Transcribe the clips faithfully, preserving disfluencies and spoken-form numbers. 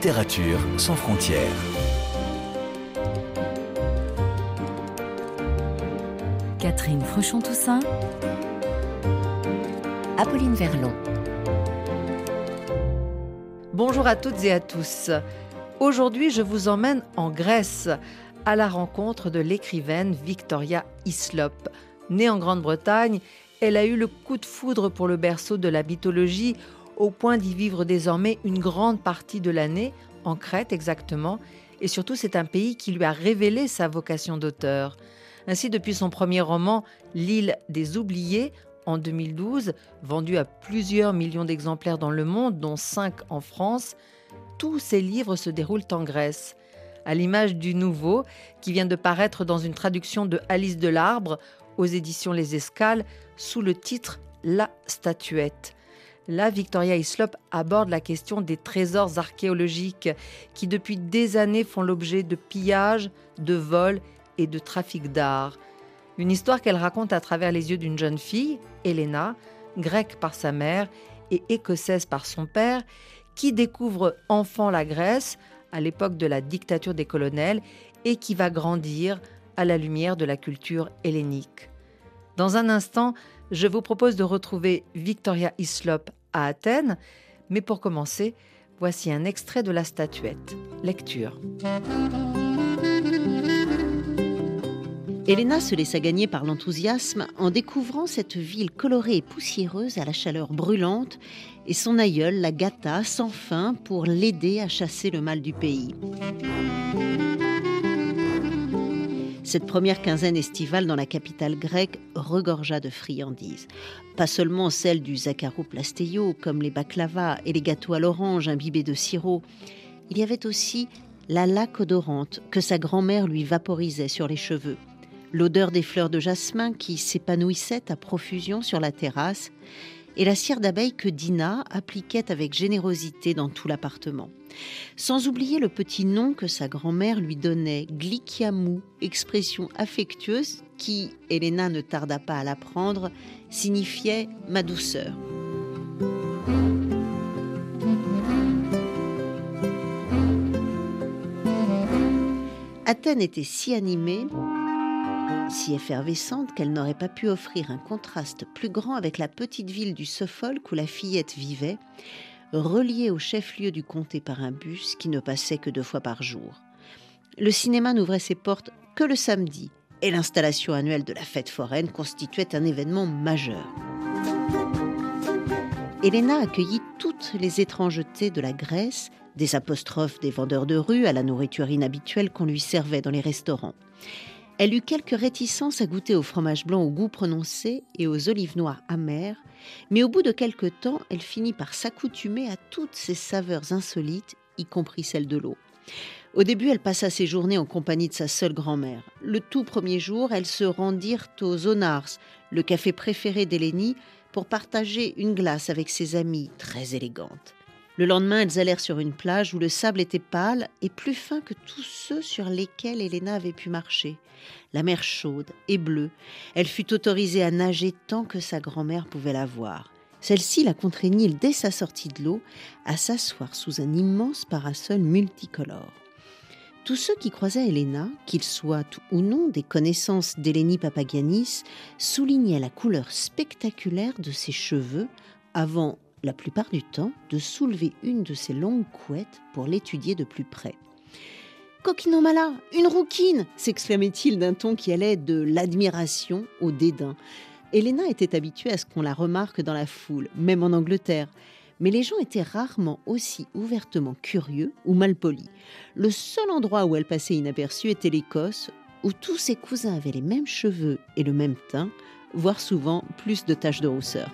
Littérature sans frontières. Catherine Fruchon-Toussaint, Apolline Verlon. Bonjour à toutes et à tous. Aujourd'hui, je vous emmène en Grèce, à la rencontre de l'écrivaine Victoria Hislop. Née en Grande-Bretagne, elle a eu le coup de foudre pour le berceau de la mythologie, au point d'y vivre désormais une grande partie de l'année, en Crète exactement, et surtout c'est un pays qui lui a révélé sa vocation d'auteur. Ainsi, depuis son premier roman, L'île des oubliés, en deux mille douze, vendu à plusieurs millions d'exemplaires dans le monde, dont cinq en France, tous ses livres se déroulent en Grèce. À l'image du nouveau, qui vient de paraître dans une traduction de Alice Delarbre, aux éditions Les Escales, sous le titre « La statuette ». Là, Victoria Hislop aborde la question des trésors archéologiques qui, depuis des années, font l'objet de pillages, de vols et de trafic d'art. Une histoire qu'elle raconte à travers les yeux d'une jeune fille, Helena, grecque par sa mère et écossaise par son père, qui découvre enfant la Grèce, à l'époque de la dictature des colonels, et qui va grandir à la lumière de la culture hellénique. Dans un instant, je vous propose de retrouver Victoria Hislop à Athènes, mais pour commencer, voici un extrait de La statuette. Lecture. Helena se laissa gagner par l'enthousiasme en découvrant cette ville colorée et poussiéreuse à la chaleur brûlante, et son aïeul la gâta sans fin pour l'aider à chasser le mal du pays. Cette première quinzaine estivale dans la capitale grecque regorgea de friandises. Pas seulement celles du zakharoplasteio, comme les baklavas et les gâteaux à l'orange imbibés de sirop. Il y avait aussi la laque odorante que sa grand-mère lui vaporisait sur les cheveux, l'odeur des fleurs de jasmin qui s'épanouissaient à profusion sur la terrasse, et la cire d'abeille que Dina appliquait avec générosité dans tout l'appartement. Sans oublier le petit nom que sa grand-mère lui donnait, Glikiamou, expression affectueuse qui, Helena ne tarda pas à l'apprendre, signifiait « ma douceur ». Athènes était si animée, si effervescente qu'elle n'aurait pas pu offrir un contraste plus grand avec la petite ville du Suffolk où la fillette vivait, reliée au chef-lieu du comté par un bus qui ne passait que deux fois par jour. Le cinéma n'ouvrait ses portes que le samedi et l'installation annuelle de la fête foraine constituait un événement majeur. Helena accueillit toutes les étrangetés de la Grèce, des apostrophes des vendeurs de rue à la nourriture inhabituelle qu'on lui servait dans les restaurants. Elle eut quelques réticences à goûter au fromage blanc au goût prononcé et aux olives noires amères, mais au bout de quelque temps, elle finit par s'accoutumer à toutes ces saveurs insolites, y compris celle de l'eau. Au début, elle passa ses journées en compagnie de sa seule grand-mère. Le tout premier jour, elles se rendirent aux Zonars, le café préféré d'Hélénie, pour partager une glace avec ses amies très élégantes. Le lendemain, elles allèrent sur une plage où le sable était pâle et plus fin que tous ceux sur lesquels Helena avait pu marcher. La mer chaude et bleue, elle fut autorisée à nager tant que sa grand-mère pouvait la voir. Celle-ci la contraignit dès sa sortie de l'eau à s'asseoir sous un immense parasol multicolore. Tous ceux qui croisaient Helena, qu'ils soient ou non des connaissances d'Hélénie Papagiannis, soulignaient la couleur spectaculaire de ses cheveux avant, la plupart du temps, de soulever une de ses longues couettes pour l'étudier de plus près. « Coquinomala, une rouquine !» s'exclamait-il d'un ton qui allait de l'admiration au dédain. Helena était habituée à ce qu'on la remarque dans la foule, même en Angleterre. Mais les gens étaient rarement aussi ouvertement curieux ou malpolis. Le seul endroit où elle passait inaperçue était l'Écosse, où tous ses cousins avaient les mêmes cheveux et le même teint, voire souvent plus de taches de rousseur.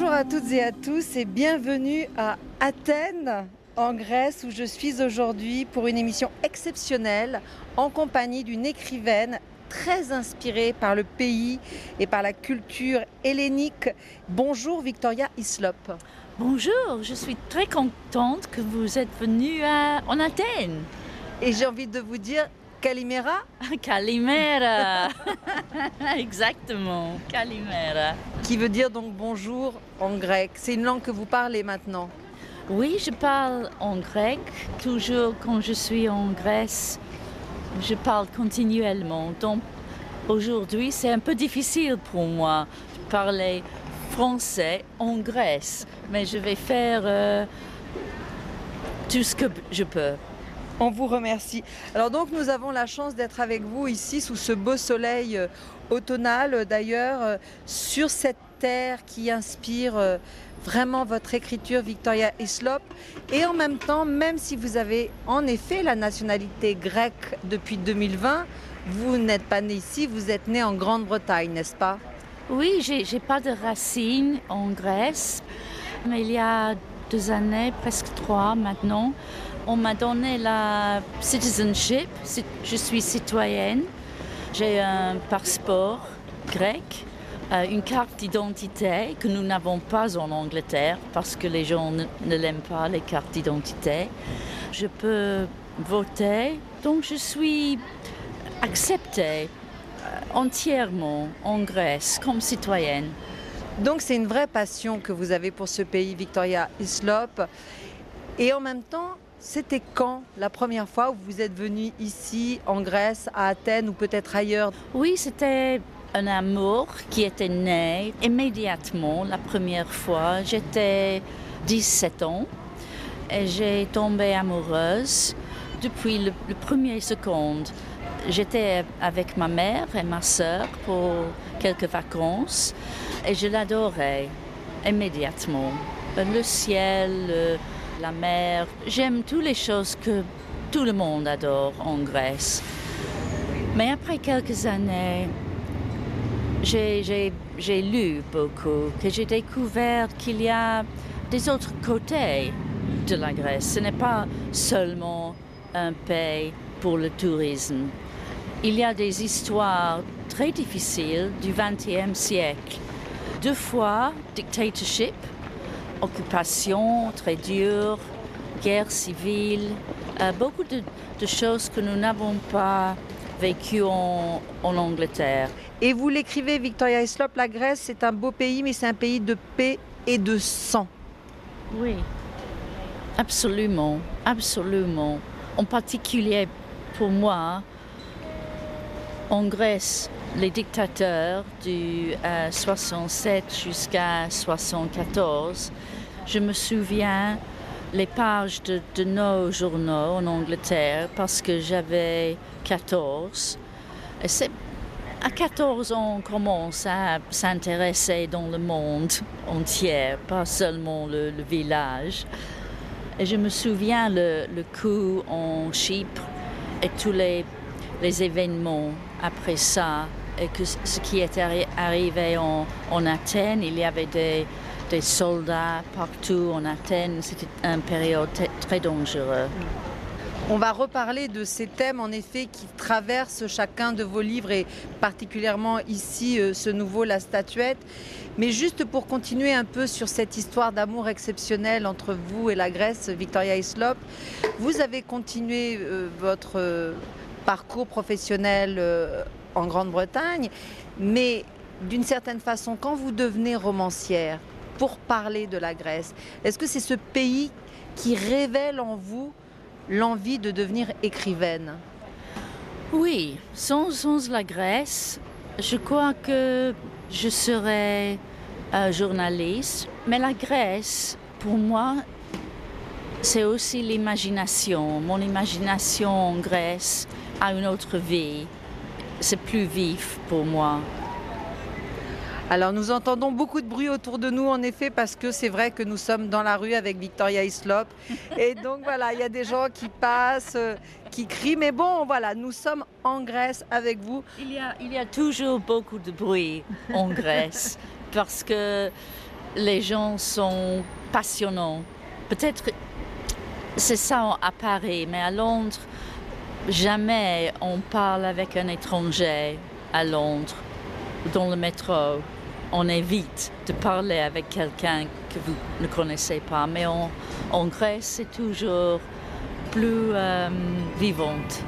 Bonjour à toutes et à tous et bienvenue à Athènes, en Grèce, où je suis aujourd'hui pour une émission exceptionnelle en compagnie d'une écrivaine très inspirée par le pays et par la culture hellénique. Bonjour Victoria Hislop. Bonjour, je suis très contente que vous êtes venue à, en Athènes. Et j'ai envie de vous dire Kalimera. Kalimera. Exactement, Kalimera. Qui veut dire donc bonjour en grec. C'est une langue que vous parlez maintenant. Oui, je parle en grec. Toujours quand je suis en Grèce, je parle continuellement. Donc aujourd'hui, c'est un peu difficile pour moi de parler français en Grèce. Mais je vais faire euh, tout ce que je peux. On vous remercie. Alors donc nous avons la chance d'être avec vous ici sous ce beau soleil euh, automnal d'ailleurs euh, sur cette terre qui inspire euh, vraiment votre écriture Victoria Hislop et en même temps même si vous avez en effet la nationalité grecque depuis deux mille vingt, vous n'êtes pas né ici, vous êtes né en Grande-Bretagne, n'est-ce pas? Oui, j'ai, j'ai pas de racines en Grèce, mais il y a deux années, presque trois maintenant, on m'a donné la citizenship, je suis citoyenne, j'ai un passeport grec, une carte d'identité que nous n'avons pas en Angleterre parce que les gens ne, ne l'aiment pas, les cartes d'identité. Je peux voter, donc je suis acceptée entièrement en Grèce comme citoyenne. Donc c'est une vraie passion que vous avez pour ce pays, Victoria Hislop. Et en même temps, c'était quand la première fois où vous êtes venue ici en Grèce, à Athènes ou peut-être ailleurs? Oui, c'était un amour qui était né immédiatement la première fois. J'étais dix-sept ans et j'ai tombé amoureuse depuis le, le premier seconde. J'étais avec ma mère et ma sœur pour quelques vacances et je l'adorais immédiatement. Le ciel, la mer, j'aime toutes les choses que tout le monde adore en Grèce. Mais après quelques années, j'ai, j'ai, j'ai lu beaucoup, que j'ai découvert qu'il y a des autres côtés de la Grèce. Ce n'est pas seulement un pays pour le tourisme. Il y a des histoires très difficiles du vingtième siècle. Deux fois, dictatorship, occupation très dure, guerre civile, euh, beaucoup de, de choses que nous n'avons pas vécues en, en Angleterre. Et vous l'écrivez, Victoria Hislop, la Grèce, c'est un beau pays, mais c'est un pays de paix et de sang. Oui, absolument, absolument. En particulier pour moi, en Grèce, les dictateurs du euh, soixante-sept jusqu'à soixante-quatorze, je me souviens les pages de, de nos journaux en Angleterre parce que j'avais quatorze. Et c'est, à quatorze ans, on commence à s'intéresser dans le monde entier, pas seulement le, le village. Et je me souviens le, le coup en Chypre et tous les, les événements après ça. Et que ce qui est arrivé en, en Athènes, il y avait des, des soldats partout en Athènes. C'était une période t- très dangereuse. On va reparler de ces thèmes, en effet, qui traversent chacun de vos livres et particulièrement ici, euh, ce nouveau, La Statuette. Mais juste pour continuer un peu sur cette histoire d'amour exceptionnel entre vous et la Grèce, Victoria Hislop, vous avez continué euh, votre euh, parcours professionnel euh, en Grande-Bretagne, mais d'une certaine façon, quand vous devenez romancière pour parler de la Grèce, est-ce que c'est ce pays qui révèle en vous l'envie de devenir écrivaine? Oui, sans, sans la Grèce, je crois que je serais euh, journaliste, mais la Grèce, pour moi, c'est aussi l'imagination. Mon imagination en Grèce a une autre vie. C'est plus vif pour moi. Alors nous entendons beaucoup de bruit autour de nous en effet parce que c'est vrai que nous sommes dans la rue avec Victoria Hislop et donc voilà, il y a des gens qui passent, euh, qui crient, mais bon voilà, nous sommes en Grèce avec vous. Il y a, il y a toujours beaucoup de bruit en Grèce parce que les gens sont passionnants. Peut-être c'est ça à Paris, mais à Londres, jamais on parle avec un étranger à Londres, dans le métro. On évite de parler avec quelqu'un que vous ne connaissez pas, mais en, en Grèce, c'est toujours plus euh, vivante.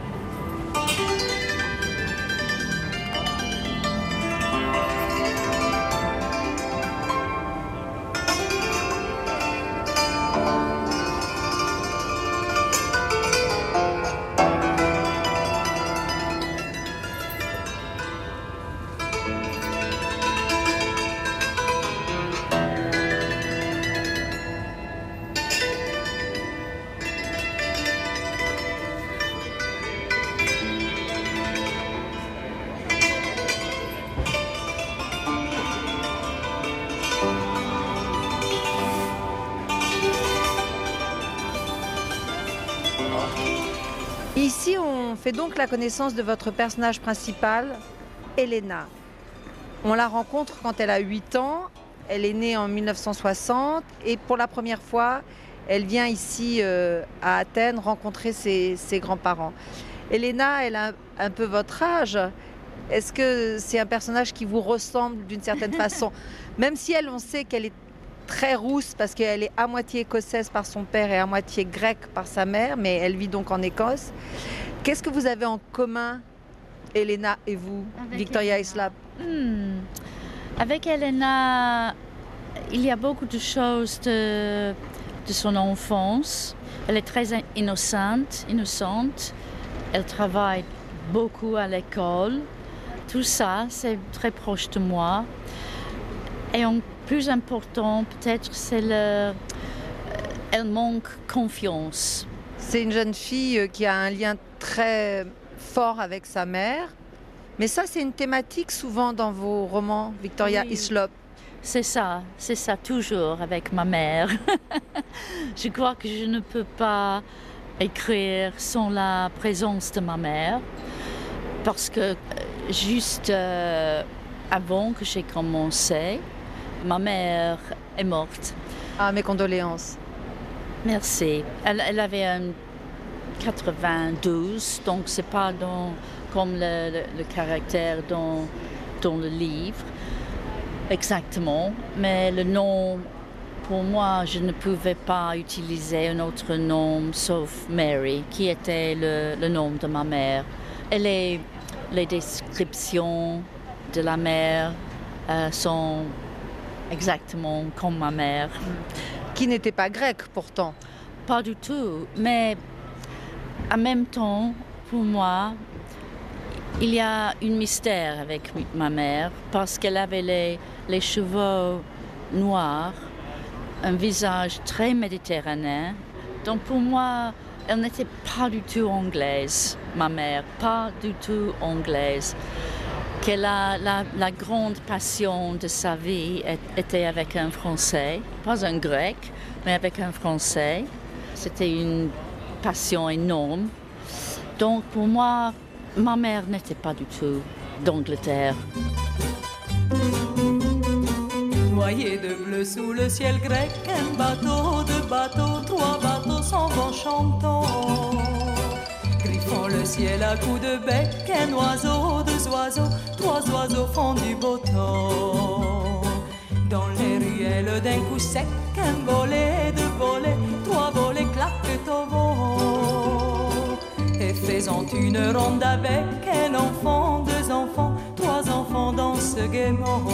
Ici, on fait donc la connaissance de votre personnage principal, Elena. On la rencontre quand elle a huit ans. Elle est née en mille neuf cent soixante et pour la première fois, elle vient ici euh, à Athènes rencontrer ses, ses grands-parents. Elena, elle a un peu votre âge. Est-ce que c'est un personnage qui vous ressemble d'une certaine façon? Même si elle, on sait qu'elle est très rousse parce qu'elle est à moitié écossaise par son père et à moitié grecque par sa mère, mais elle vit donc en Écosse. Qu'est-ce que vous avez en commun, Elena et vous, avec Victoria Hislop? hmm. Avec Elena, il y a beaucoup de choses de, de son enfance. Elle est très innocente, innocente. Elle travaille beaucoup à l'école. Tout ça, c'est très proche de moi. Et en plus important, peut-être, c'est le... Elle manque confiance. C'est une jeune fille qui a un lien très fort avec sa mère. Mais ça, c'est une thématique souvent dans vos romans, Victoria Oui. Hislop. C'est ça, c'est ça toujours avec ma mère. Je crois que je ne peux pas écrire sans la présence de ma mère. Parce que juste euh, avant que j'ai commencé, ma mère est morte. Ah, mes condoléances. Merci. Elle, elle avait un quatre-vingt-douze, donc c'est pas dans, comme le, le, le caractère dans, dans le livre, exactement. Mais le nom, pour moi, je ne pouvais pas utiliser un autre nom sauf Mary, qui était le, le nom de ma mère. Et les, les descriptions de la mère euh, sont exactement comme ma mère. Qui n'était pas grecque pourtant. Pas du tout, mais en même temps, pour moi, il y a un mystère avec ma mère parce qu'elle avait les, les cheveux noirs, un visage très méditerranéen. Donc pour moi, elle n'était pas du tout anglaise, ma mère, pas du tout anglaise. Que la, la, la grande passion de sa vie était avec un Français, pas un Grec, mais avec un Français. C'était une passion énorme. Donc pour moi, ma mère n'était pas du tout d'Angleterre. Noyé de bleu sous le ciel grec, un bateau, deux bateaux, trois bateaux s'en vont chantant. Griffant le ciel à coups de bec, un oiseau, deux oiseaux, trois oiseaux font du beau temps. Dans les ruelles d'un coup sec, un volet, deux volets, trois volets claquent au vent. Et faisant une ronde avec un enfant, deux enfants, trois enfants dansent gaiement.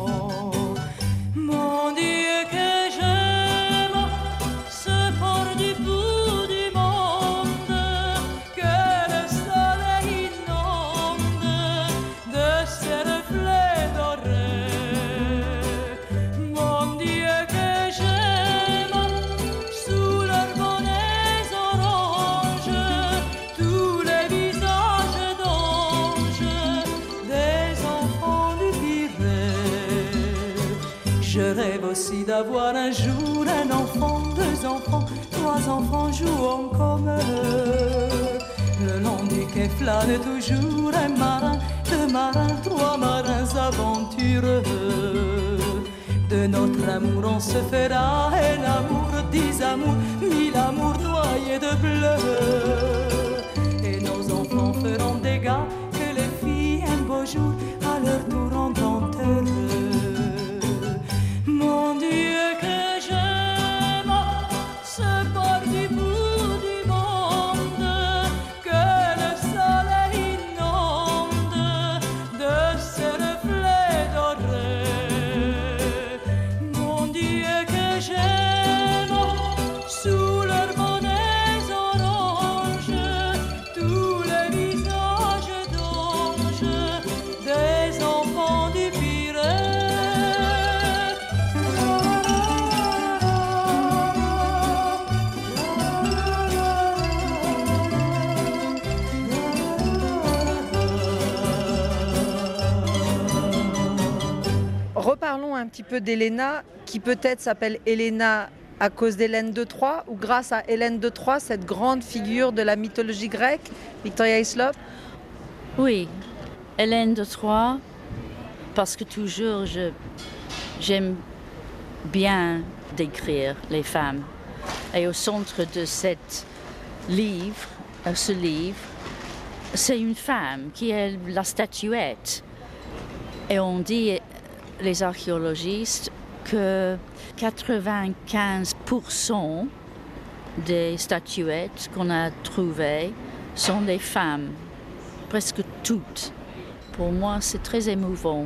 Mon Dieu que j'aime ce port du bout du monde que le soleil inonde de ses reflets dorés. Mon Dieu que j'aime sous leurs bonnets oranges tous les visages d'anges des enfants du Pirée. Je rêve aussi d'avoir un jour un enfant, deux enfants, trois enfants jouant comme eux. Le long du quai flâne toujours un marin, deux marins, trois marins aventureux. De De notre amour on se fera et l'amour dix amours, mille amours noyés de bleu. Et nos enfants feront des gars que les filles un beau jour à leur tour rendront heureux. Mon Dieu que j'aime ce bord du bout du monde, que le soleil inonde de ses reflets dorés. Mon Dieu que j'aime sous leurs bonnets oranges tous les visages d'anges des enfants du Pirée. Reparlons un petit peu d'Héléna, qui peut-être s'appelle Héléna à cause d'Hélène de Troie ou grâce à Hélène de Troie, cette grande figure de la mythologie grecque, Victoria Hislop. Oui, Hélène de Troie, parce que toujours je, j'aime bien décrire les femmes. Et au centre de cet livre, euh, ce livre, c'est une femme qui est la statuette. Et on dit, les archéologistes, que quatre-vingt-quinze pour cent des statuettes qu'on a trouvées sont des femmes, presque toutes. Pour moi, c'est très émouvant.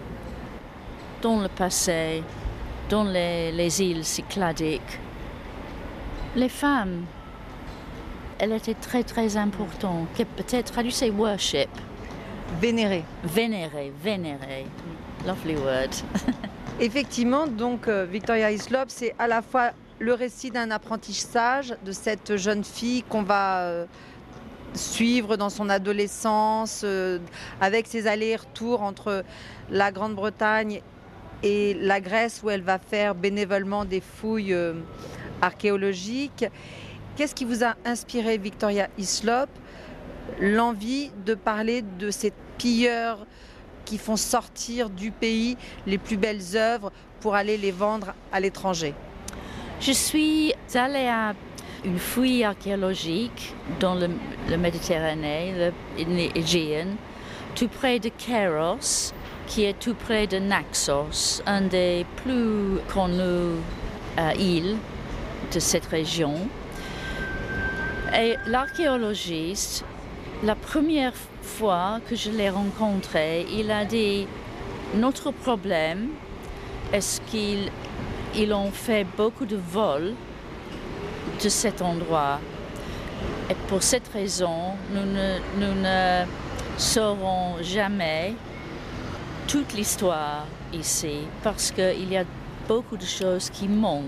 Dans le passé, dans les, les îles Cycladiques, les femmes, elles étaient très très importantes. Peut-être traduisez worship. Vénérée. Vénérer, vénérer. Lovely word. Effectivement, donc euh, Victoria Hislop, c'est à la fois le récit d'un apprentissage de cette jeune fille qu'on va euh, suivre dans son adolescence, euh, avec ses allers-retours entre la Grande-Bretagne et la Grèce, où elle va faire bénévolement des fouilles euh, archéologiques. Qu'est-ce qui vous a inspiré, Victoria Hislop, l'envie de parler de ces pilleurs qui font sortir du pays les plus belles œuvres pour aller les vendre à l'étranger? Je suis allée à une fouille archéologique dans le, le Méditerranée, l'Égéen, tout près de Kéros, qui est tout près de Naxos, un des plus connues euh, îles de cette région. Et l'archéologiste, la première fois que je l'ai rencontré, il a dit « Notre problème, est-ce qu'ils ils ont fait beaucoup de vols de cet endroit. Et pour cette raison, nous ne, nous ne saurons jamais toute l'histoire ici, parce qu'il y a beaucoup de choses qui manquent. »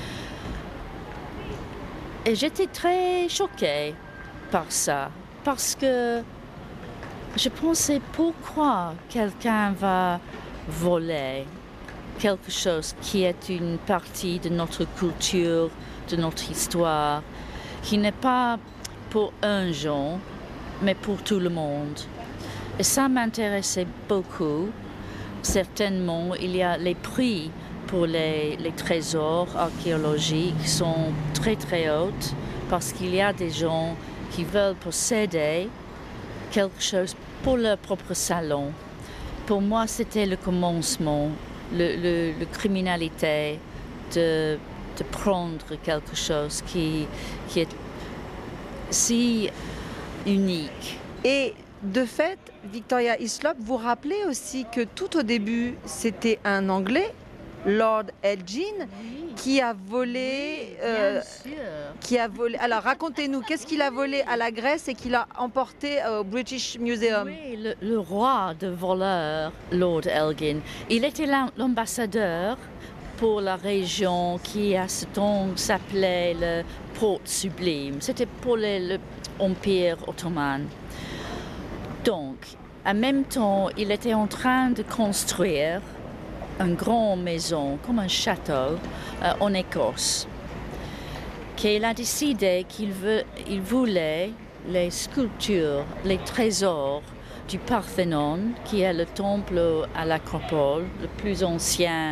Et j'étais très choquée par ça, parce que je pensais pourquoi quelqu'un va voler quelque chose qui est une partie de notre culture, de notre histoire, qui n'est pas pour un genre, mais pour tout le monde. Et ça m'intéressait beaucoup. Certainement, il y a les prix pour les, les trésors archéologiques qui sont très très hauts, parce qu'il y a des gens qui veulent posséder quelque chose pour leur propre salon. Pour moi, c'était le commencement, le, le, le criminalité de, de prendre quelque chose qui, qui est si unique. Et de fait, Victoria Hislop, vous rappelez aussi que tout au début, c'était un Anglais, Lord Elgin, oui, qui a volé, oui, euh, qui a volé. Alors racontez-nous, qu'est-ce qu'il a volé à la Grèce et qu'il a emporté au British Museum? Oui, le, le roi de voleurs, Lord Elgin, il était l'ambassadeur pour la région qui à ce temps s'appelait le Porte Sublime. C'était pour l'Empire ottoman. Donc, en même temps, il était en train de construire une grande maison, comme un château, euh, en Écosse. Qu'il a décidé qu'il veut, il voulait les sculptures, les trésors du Parthénon, qui est le temple à l'Acropole, le plus ancien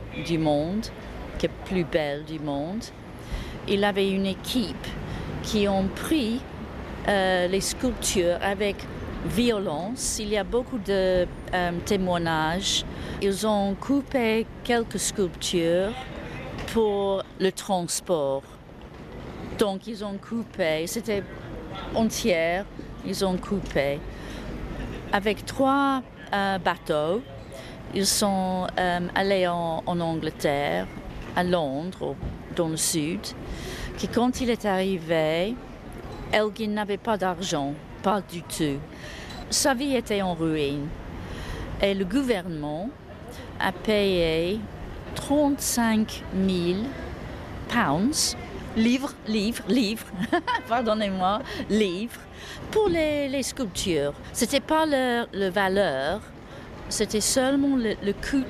du monde, qui est plus belle du monde. Il avait une équipe qui ont pris euh, les sculptures avec violence. Il y a beaucoup de euh, témoignages. Ils ont coupé quelques sculptures pour le transport. Donc ils ont coupé, c'était entière, ils ont coupé. Avec trois euh, bateaux, ils sont euh, allés en, en Angleterre, à Londres, dans le sud, qui quand il est arrivé, Elgin n'avait pas d'argent, pas du tout. Sa vie était en ruine. Et le gouvernement a payé trente-cinq mille pounds, Livres livres, livres, pardonnez-moi, livres, pour les, les sculptures. Ce n'était pas le, le valeur, c'était seulement le, le coût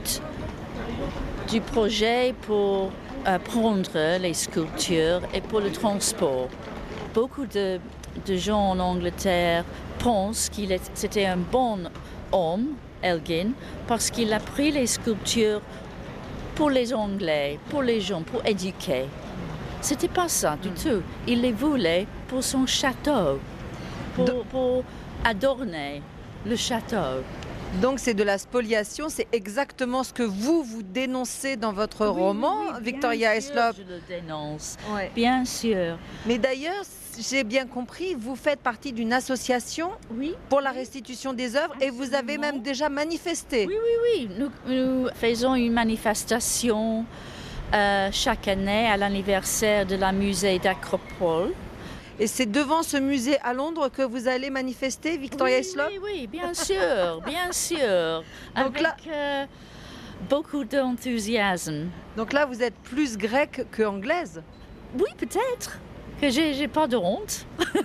du projet pour euh, prendre les sculptures et pour le transport. Beaucoup de, de gens en Angleterre pensent qu'il est, c'était un bon homme, Elgin, parce qu'il a pris les sculptures pour les Anglais, pour les gens, pour éduquer. C'était pas ça du tout. Il les voulait pour son château, pour, pour adorner le château. Donc c'est de la spoliation, c'est exactement ce que vous, vous dénoncez dans votre Oui, roman, oui, bien Victoria sûr, Hislop. Je le dénonce, Ouais. bien sûr. Mais d'ailleurs, j'ai bien compris, vous faites partie d'une association Oui, pour la restitution des œuvres et vous avez Absolument. même déjà manifesté. oui, oui, oui. Nous, nous faisons une manifestation euh, chaque année à l'anniversaire de la musée d'Acropole. Et c'est devant ce musée à Londres que vous allez manifester, Victoria oui, Hislop? oui, oui, bien sûr, bien sûr. Donc Avec là- euh, beaucoup d'enthousiasme. Donc là, vous êtes plus grecque que anglaise. Oui, peut-être que j'ai, j'ai pas de honte.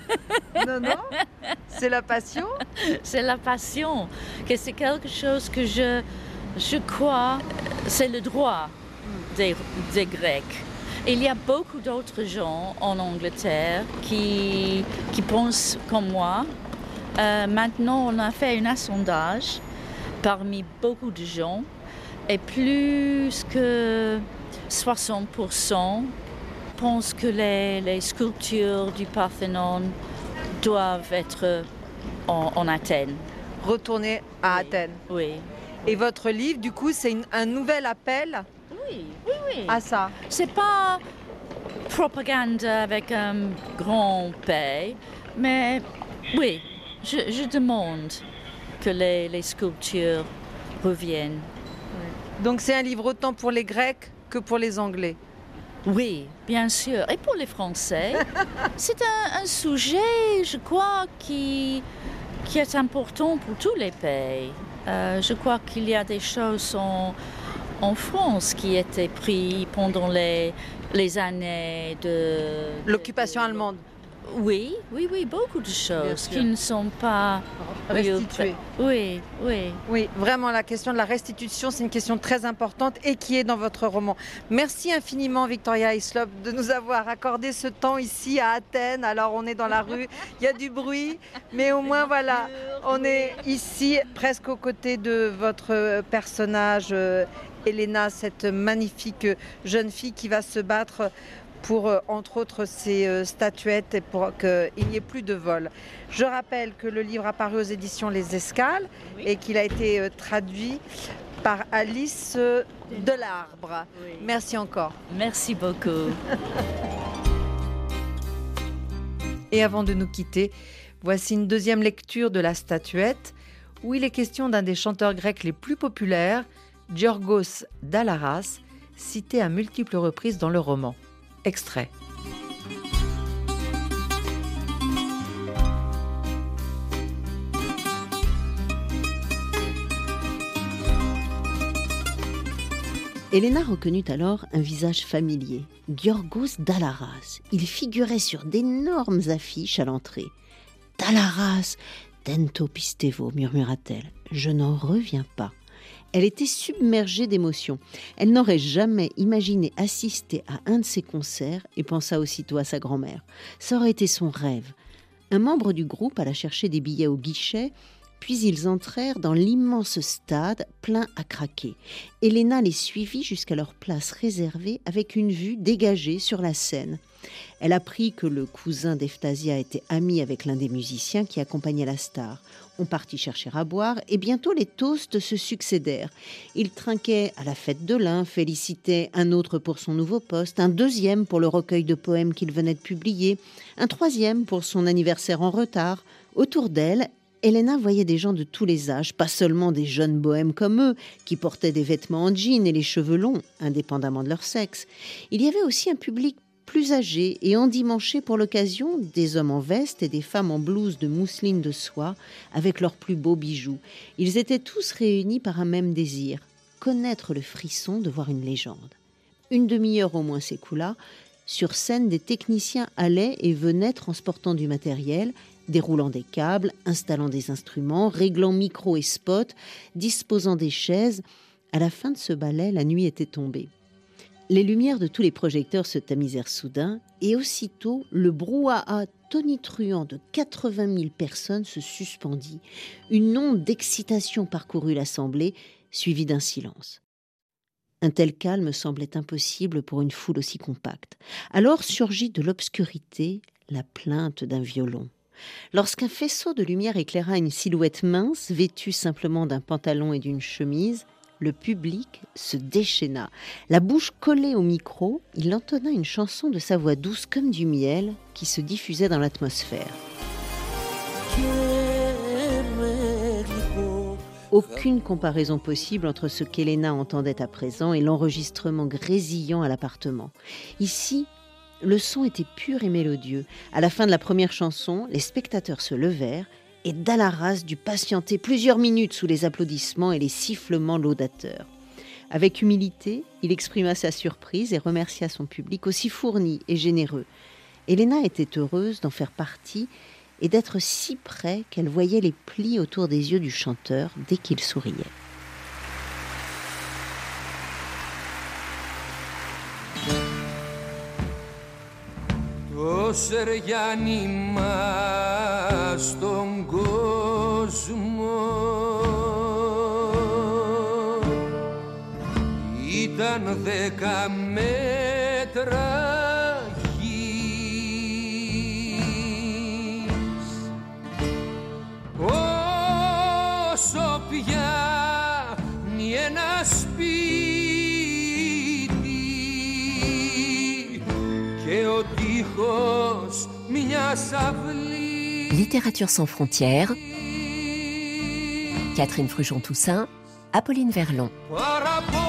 Non, non, c'est la passion. C'est la passion, que c'est quelque chose que je, je crois, c'est le droit des, des Grecs. Il y a beaucoup d'autres gens en Angleterre qui, qui pensent comme moi. Euh, maintenant, on a fait un sondage parmi beaucoup de gens et plus que soixante pour cent pensent que les, les sculptures du Parthénon doivent être en, en Athènes. Retourner à Oui. Athènes. Oui. Et votre livre, du coup, c'est une- un nouvel appel Oui, oui, oui. à ça. C'est pas propagande avec un grand P, mais oui, je, je demande que les, les sculptures reviennent. Donc c'est un livre autant pour les Grecs que pour les Anglais. Oui, bien sûr. Et pour les Français, c'est un, un sujet, je crois, qui, qui est important pour tous les pays. Euh, je crois qu'il y a des choses en, en France qui étaient prises pendant les, les années de... L'occupation de- allemande. Oui, oui, oui, beaucoup de choses sûr. qui ne sont pas... Restituées. Oui, oui. Oui, vraiment, la question de la restitution, c'est une question très importante et qui est dans votre roman. Merci infiniment, Victoria Hislop, de nous avoir accordé ce temps ici à Athènes. Alors, on est dans la rue, il y a du bruit, mais au moins, voilà, on est ici, presque aux côtés de votre personnage, euh, Elena, cette magnifique jeune fille qui va se battre pour, euh, entre autres, ces euh, statuettes et pour qu'il n'y ait plus de vol. Je rappelle que le livre a paru aux éditions Les Escales et qu'il a été euh, traduit par Alice euh, Delarbre. Oui. Merci encore. Merci beaucoup. Et avant de nous quitter, voici une deuxième lecture de La Statuette, où il est question d'un des chanteurs grecs les plus populaires, Giorgos Dallaras, cité à multiples reprises dans le roman. Extrait. Elena reconnut alors un visage familier, Giorgos Dallaras. Il figurait sur d'énormes affiches à l'entrée. « Dallaras, tento pistevo » murmura-t-elle. « Je n'en reviens pas. » Elle était submergée d'émotions. Elle n'aurait jamais imaginé assister à un de ses concerts et pensa aussitôt à sa grand-mère. Ça aurait été son rêve. Un membre du groupe alla chercher des billets au guichet Puis ils entrèrent dans l'immense stade plein à craquer. Elena les suivit jusqu'à leur place réservée avec une vue dégagée sur la scène. Elle apprit que le cousin d'Eftasia était ami avec l'un des musiciens qui accompagnait la star. On partit chercher à boire et bientôt les toasts se succédèrent. Ils trinquaient à la fête de l'un, félicitaient un autre pour son nouveau poste, un deuxième pour le recueil de poèmes qu'il venait de publier, un troisième pour son anniversaire en retard. Autour d'elle, Elena voyait des gens de tous les âges, pas seulement des jeunes bohèmes comme eux, qui portaient des vêtements en jean et les cheveux longs, indépendamment de leur sexe. Il y avait aussi un public plus âgés et endimanchés pour l'occasion, des hommes en veste et des femmes en blouse de mousseline de soie avec leurs plus beaux bijoux. Ils étaient tous réunis par un même désir, connaître le frisson de voir une légende. Une demi-heure au moins s'écoula. Sur scène, des techniciens allaient et venaient transportant du matériel, déroulant des câbles, installant des instruments, réglant micro et spot, disposant des chaises. À la fin de ce ballet, la nuit était tombée. Les lumières de tous les projecteurs se tamisèrent soudain et aussitôt, le brouhaha tonitruant de quatre-vingt mille personnes se suspendit. Une onde d'excitation parcourut l'assemblée, suivie d'un silence. Un tel calme semblait impossible pour une foule aussi compacte. Alors surgit de l'obscurité la plainte d'un violon. Lorsqu'un faisceau de lumière éclaira une silhouette mince, vêtue simplement d'un pantalon et d'une chemise, le public se déchaîna. La bouche collée au micro, il entonna une chanson de sa voix douce comme du miel qui se diffusait dans l'atmosphère. Aucune comparaison possible entre ce qu'Elena entendait à présent et l'enregistrement grésillant à l'appartement. Ici, le son était pur et mélodieux. À la fin de la première chanson, les spectateurs se levèrent et Dalaras dut patienter plusieurs minutes sous les applaudissements et les sifflements laudateurs. Avec humilité, il exprima sa surprise et remercia son public aussi fourni et généreux. Elena était heureuse d'en faire partie et d'être si près qu'elle voyait les plis autour des yeux du chanteur dès qu'il souriait. Το σεριάνι μας στον κόσμο ήταν δέκα μέτρα γης. Όσο πιάνει ένα σπίτι και ο τείχος μιας αυλής. Littérature sans frontières. Catherine Fruchon-Toussaint, Apolline Verlon. Παραπονώ